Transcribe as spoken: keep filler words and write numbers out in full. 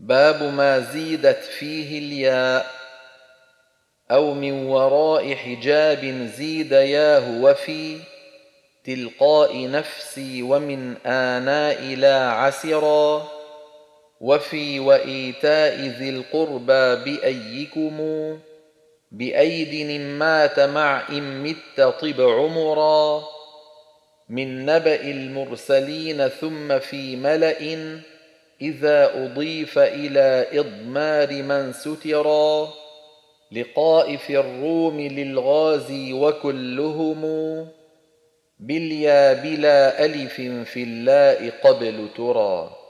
باب ما زيدت فيه الياء. أو من وراء حجاب زيد ياه وفي تلقاء نفسي ومن آناء لا عسرا وفي وإيتاء ذي القربى بأيكم بأيد إن مات مع إن مت طب عمرا من نبأ المرسلين ثم في ملأ إذا أضيف إلى إضمار من سترا لقاء في الروم للغازي وكلهم باليا بلا ألف في اللاء قبل ترى.